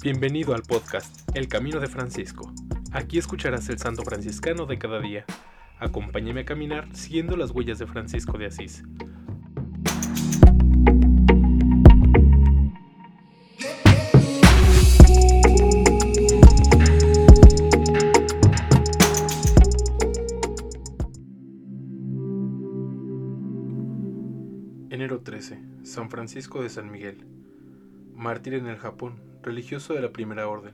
Bienvenido al podcast El Camino de Francisco. Aquí escucharás el santo franciscano de cada día. Acompáñame a caminar siguiendo las huellas de Francisco de Asís. Enero 13. San Francisco de San Miguel. Mártir en el Japón, religioso de la Primera Orden,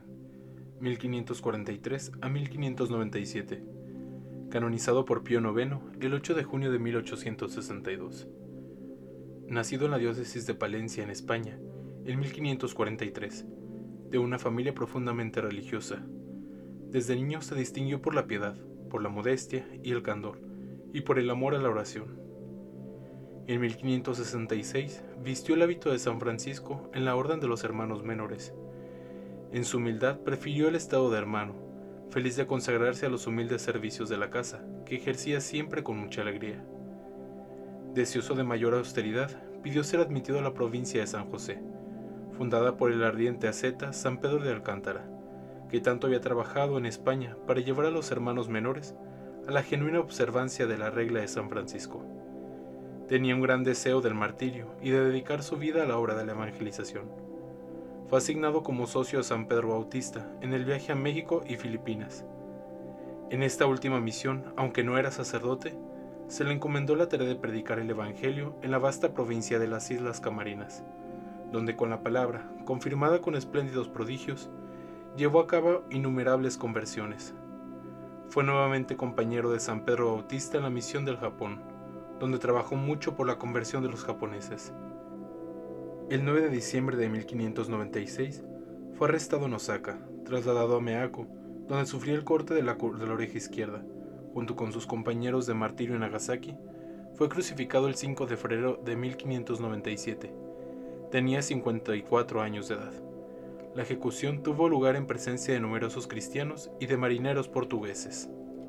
1543 a 1597. Canonizado por Pío IX el 8 de junio de 1862. Nacido en la diócesis de Palencia, en España, en 1543, de una familia profundamente religiosa. Desde niño se distinguió por la piedad, por la modestia y el candor, y por el amor a la oración. En 1566 vistió el hábito de San Francisco en la Orden de los Hermanos Menores. En su humildad prefirió el estado de hermano, feliz de consagrarse a los humildes servicios de la casa, que ejercía siempre con mucha alegría. Deseoso de mayor austeridad, pidió ser admitido a la provincia de San José, fundada por el ardiente asceta San Pedro de Alcántara, que tanto había trabajado en España para llevar a los hermanos menores a la genuina observancia de la regla de San Francisco. Tenía un gran deseo del martirio y de dedicar su vida a la obra de la evangelización. Fue asignado como socio a San Pedro Bautista en el viaje a México y Filipinas. En esta última misión, aunque no era sacerdote, se le encomendó la tarea de predicar el Evangelio en la vasta provincia de las Islas Camarinas, donde con la palabra, confirmada con espléndidos prodigios, llevó a cabo innumerables conversiones. Fue nuevamente compañero de San Pedro Bautista en la misión del Japón, donde trabajó mucho por la conversión de los japoneses. El 9 de diciembre de 1596 fue arrestado en Osaka, trasladado a Meako, donde sufrió el corte de la oreja izquierda. Junto con sus compañeros de martirio en Nagasaki, fue crucificado el 5 de febrero de 1597. Tenía 54 años de edad. La ejecución tuvo lugar en presencia de numerosos cristianos y de marineros portugueses.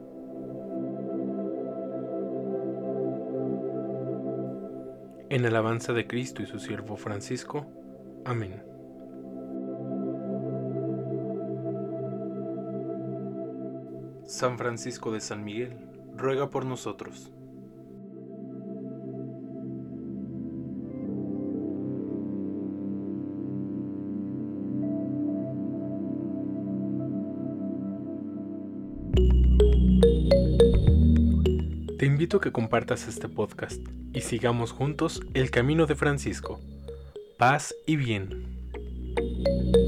En alabanza de Cristo y su siervo Francisco. Amén. San Francisco de San Miguel, ruega por nosotros. Te invito a que compartas este podcast y sigamos juntos el camino de Francisco. Paz y bien.